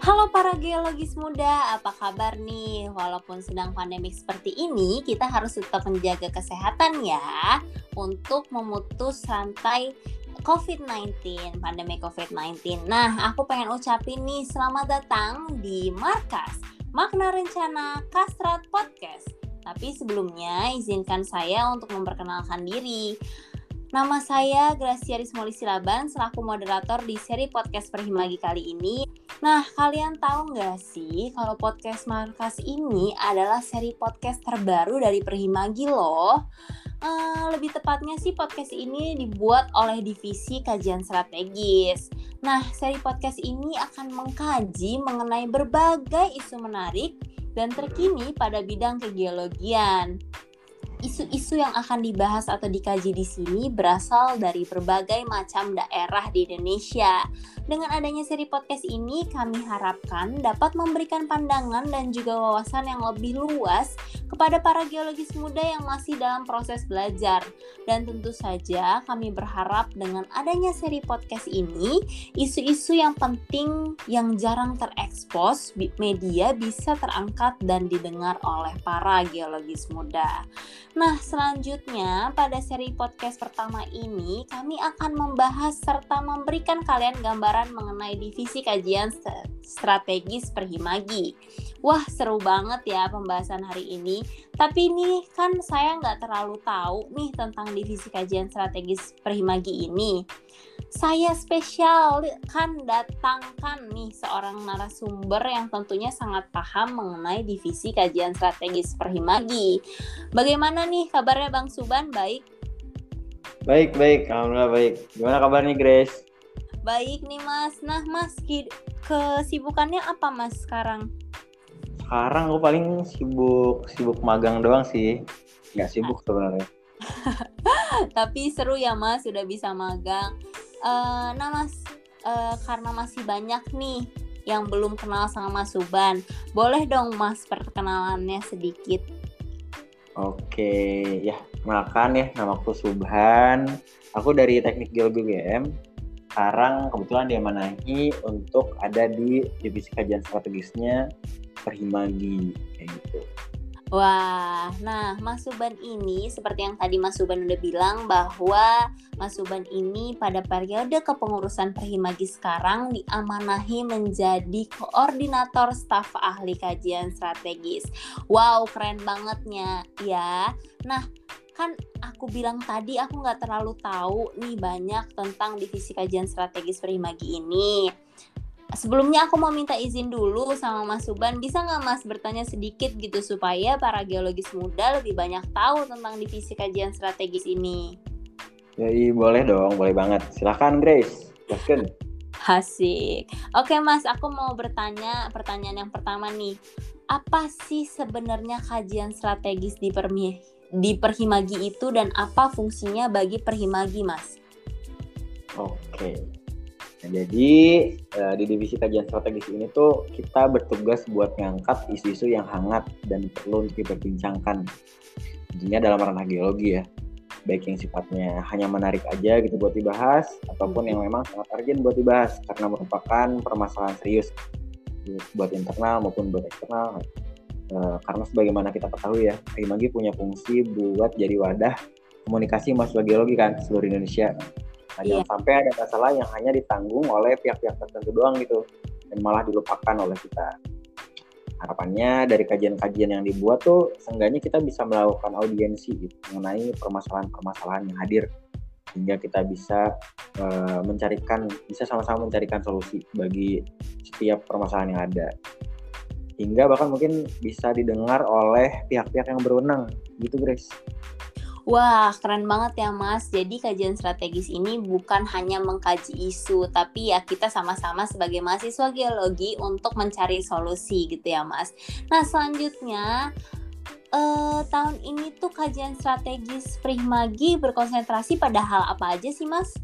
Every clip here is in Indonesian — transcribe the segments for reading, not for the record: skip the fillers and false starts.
Halo para geologis muda, apa kabar nih? Walaupun sedang pandemik seperti ini, kita harus tetap menjaga kesehatan ya untuk memutus rantai COVID-19, pandemi COVID-19. Nah, aku pengen ucapin nih selamat datang di Markas Makna Rencana Kastrat Podcast. Tapi sebelumnya izinkan saya untuk memperkenalkan diri. Nama saya Gracia Rizmoli Silaban selaku moderator di seri podcast Perhimagi kali ini. Nah, kalian tahu nggak sih kalau podcast Markas ini adalah seri podcast terbaru dari Perhimagi loh. Lebih tepatnya sih podcast ini dibuat oleh Divisi Kajian Strategis. Nah, seri podcast ini akan mengkaji mengenai berbagai isu menarik dan terkini pada bidang kegeologian. Isu-isu yang akan dibahas atau dikaji di sini berasal dari berbagai macam daerah di Indonesia. Dengan adanya seri podcast ini, kami harapkan dapat memberikan pandangan dan juga wawasan yang lebih luas kepada para geologis muda yang masih dalam proses belajar. Dan tentu saja kami berharap dengan adanya seri podcast ini, isu-isu yang penting yang jarang terekspos media bisa terangkat dan didengar oleh para geologis muda. Nah, selanjutnya pada seri podcast pertama ini kami akan membahas serta memberikan kalian gambaran mengenai divisi kajian strategis Perhimagi. Wah, seru banget ya pembahasan hari ini. Tapi ini kan saya nggak terlalu tahu nih tentang divisi kajian strategis Perhimagi ini. Saya spesial kan datangkan nih seorang narasumber yang tentunya sangat paham mengenai divisi kajian strategis Perhimagi. Bagaimana nih kabarnya Bang Suban? Baik? Baik. Alhamdulillah baik. Gimana kabarnya Grace? Baik nih Mas. Nah Mas, kesibukannya apa Mas sekarang? Sekarang aku paling sibuk magang doang sih. Nggak sibuk sebenarnya. Tapi seru ya Mas, sudah bisa magang. Nah Mas, karena masih banyak nih yang belum kenal sama Mas Suban, boleh dong Mas perkenalannya sedikit. Oke, ya kenalkan ya, namaku Subhan. Aku dari Teknik Geologi UGM. Sekarang kebetulan diamanahi untuk ada di divisi kajian strategisnya Perhimagi kayak gitu. Wah, nah Mas Suban ini seperti yang tadi Mas Suban udah bilang bahwa Mas Suban ini pada periode kepengurusan Perhimagi sekarang diamanahi menjadi koordinator staf ahli kajian strategis. Wow, keren bangetnya ya. Nah, kan aku bilang tadi aku nggak terlalu tahu nih banyak tentang divisi kajian strategis Perhimagi ini. Sebelumnya aku mau minta izin dulu sama Mas Suban, bisa nggak Mas bertanya sedikit gitu supaya para geologis muda lebih banyak tahu tentang divisi kajian strategis ini? Jadi boleh dong, boleh banget. Silakan Grace, jelaskan. Asik. Oke Mas, aku mau bertanya pertanyaan yang pertama nih. Apa sih sebenarnya kajian strategis di Perhimagi itu dan apa fungsinya bagi Perhimagi Mas? Oke. Nah, jadi di divisi kajian strategis ini tuh kita bertugas buat ngangkat isu-isu yang hangat dan perlu untuk diperbincangkan. Tentunya dalam ranah geologi ya. Baik yang sifatnya hanya menarik aja gitu buat dibahas, ataupun yang memang sangat urgent buat dibahas karena merupakan permasalahan serius buat internal maupun buat eksternal. Karena sebagaimana kita ketahui ya, Perhimagi punya fungsi buat jadi wadah komunikasi mahasiswa geologi kan seluruh Indonesia. Nah, jangan sampai ada masalah yang hanya ditanggung oleh pihak-pihak tertentu doang gitu dan malah dilupakan oleh kita. Harapannya dari kajian-kajian yang dibuat tuh seenggaknya kita bisa melakukan audiensi gitu, mengenai permasalahan-permasalahan yang hadir sehingga kita bisa bisa sama-sama mencarikan solusi bagi setiap permasalahan yang ada. Hingga bahkan mungkin bisa didengar oleh pihak-pihak yang berwenang gitu Grace. Wah, keren banget ya Mas. Jadi kajian strategis ini bukan hanya mengkaji isu, tapi ya kita sama-sama sebagai mahasiswa geologi untuk mencari solusi gitu ya Mas. Nah, selanjutnya tahun ini tuh kajian strategis Perhimagi berkonsentrasi pada hal apa aja sih Mas?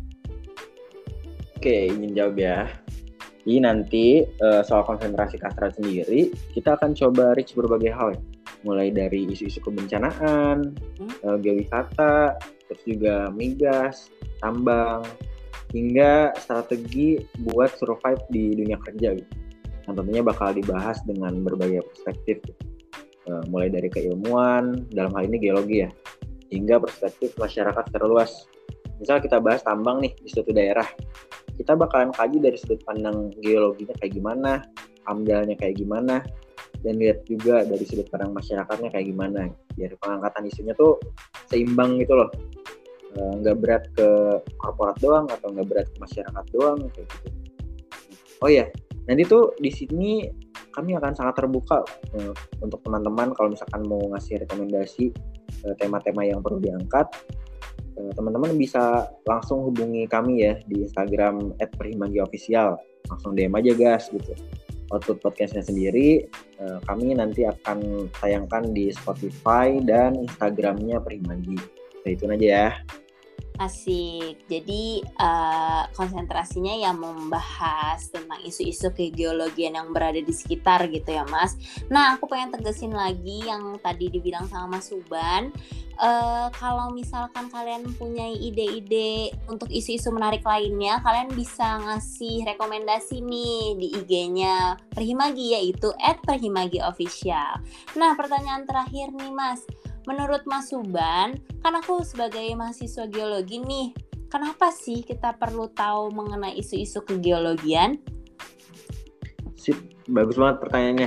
Oke, ingin jawab ya. Jadi nanti soal konsentrasi Kastrat sendiri, kita akan coba reach berbagai hal ya. Mulai dari isu-isu kebencanaan, geowisata, terus juga migas, tambang, hingga strategi buat survive di dunia kerja gitu. yang tentunya bakal dibahas dengan berbagai perspektif, mulai dari keilmuan, dalam hal ini geologi ya, hingga perspektif masyarakat secara luas. Misal kita bahas tambang nih di suatu daerah, kita bakalan kaji dari sudut pandang geologinya kayak gimana, amdalnya kayak gimana, dan lihat juga dari sudut pandang masyarakatnya kayak gimana, biar pengangkatan isunya tuh seimbang gitu loh, nggak berat ke korporat doang atau nggak berat ke masyarakat doang kayak gitu. Oh ya, nanti tuh di sini kami akan sangat terbuka untuk teman-teman kalau misalkan mau ngasih rekomendasi tema-tema yang perlu diangkat. Teman-teman bisa langsung hubungi kami ya di Instagram @perhimagiofficial, langsung DM aja guys gitu. Output podcastnya sendiri kami nanti akan tayangkan di Spotify dan Instagramnya Perhimagi. Stay tune aja ya. Asik. Jadi konsentrasinya yang membahas tentang isu-isu kegeologian yang berada di sekitar gitu ya Mas. Nah aku pengen tegesin lagi yang tadi dibilang sama Mas Suban. Kalau misalkan kalian punya ide-ide untuk isu-isu menarik lainnya, kalian bisa ngasih rekomendasi nih di IG-nya Perhimagi, yaitu @perhimagiofficial. Nah pertanyaan terakhir nih Mas, menurut Mas Suban, kan aku sebagai mahasiswa geologi nih, kenapa sih kita perlu tahu mengenai isu-isu kegeologian? Sip, bagus banget pertanyaannya.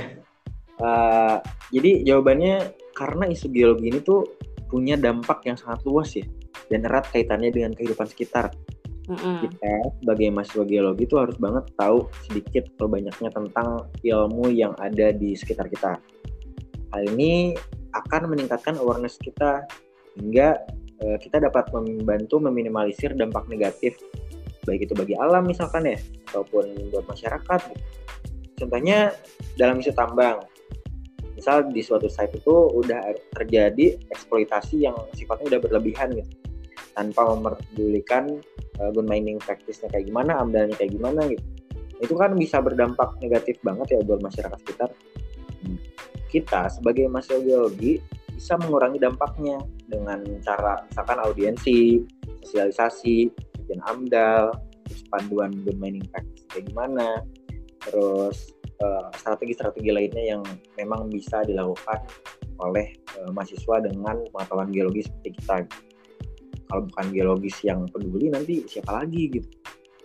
Jadi jawabannya karena isu geologi ini tuh punya dampak yang sangat luas ya, dan erat kaitannya dengan kehidupan sekitar. Kita sebagai mahasiswa geologi tuh harus banget tahu sedikit atau banyaknya tentang ilmu yang ada di sekitar kita. Hal ini akan meningkatkan awareness kita hingga kita dapat membantu meminimalisir dampak negatif, baik itu bagi alam misalkan ya, ataupun buat masyarakat. Contohnya dalam isu tambang, misal di suatu site itu udah terjadi eksploitasi yang sifatnya udah berlebihan gitu, tanpa memperdulikan good mining practice-nya kayak gimana, amdalnya kayak gimana gitu. Itu kan bisa berdampak negatif banget ya buat masyarakat sekitar. Kita sebagai mahasiswa geologi bisa mengurangi dampaknya dengan cara misalkan audiensi, sosialisasi, kajian amdal, terus panduan good mining practice kayak gimana, terus strategi-strategi lainnya yang memang bisa dilakukan oleh mahasiswa dengan pengetahuan geologis seperti kita. Kalau bukan geologis yang peduli, nanti siapa lagi gitu.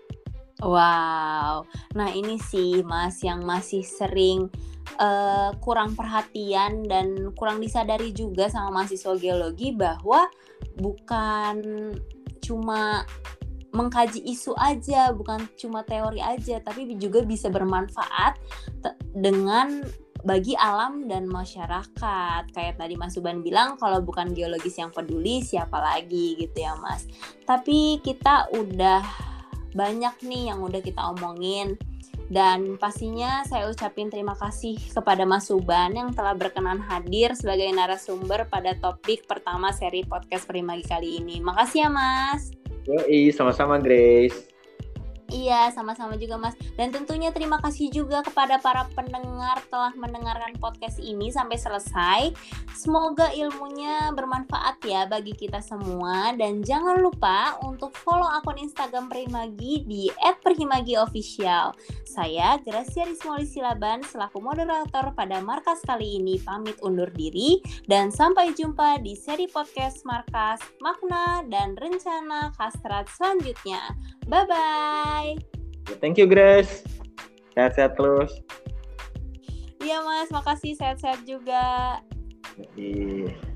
Wow, nah ini sih Mas yang masih sering kurang perhatian dan kurang disadari juga sama mahasiswa geologi, bahwa bukan cuma mengkaji isu aja, bukan cuma teori aja, tapi juga bisa bermanfaat dengan bagi alam dan masyarakat. Kayak tadi Mas Suban bilang, kalau bukan geologis yang peduli, siapa lagi gitu ya Mas. Tapi kita udah banyak nih yang udah kita omongin, dan pastinya saya ucapin terima kasih kepada Mas Suban yang telah berkenan hadir sebagai narasumber pada topik pertama seri podcast Perhimagi kali ini. Makasih ya Mas. Yoi, sama-sama Grace. Iya, sama-sama juga Mas. Dan tentunya terima kasih juga kepada para pendengar telah mendengarkan podcast ini sampai selesai. Semoga ilmunya bermanfaat ya bagi kita semua. Dan jangan lupa untuk follow akun Instagram Perhimagi di @perhimagiofficial. Saya Gracia Rizmoli Silaban selaku moderator pada Markas kali ini pamit undur diri. Dan sampai jumpa di seri podcast Markas, Makna, dan Rencana Kastrat selanjutnya. Bye-bye. Thank you Grace. Sehat-sehat terus. Iya Mas, makasih, sehat-sehat juga. Yoi.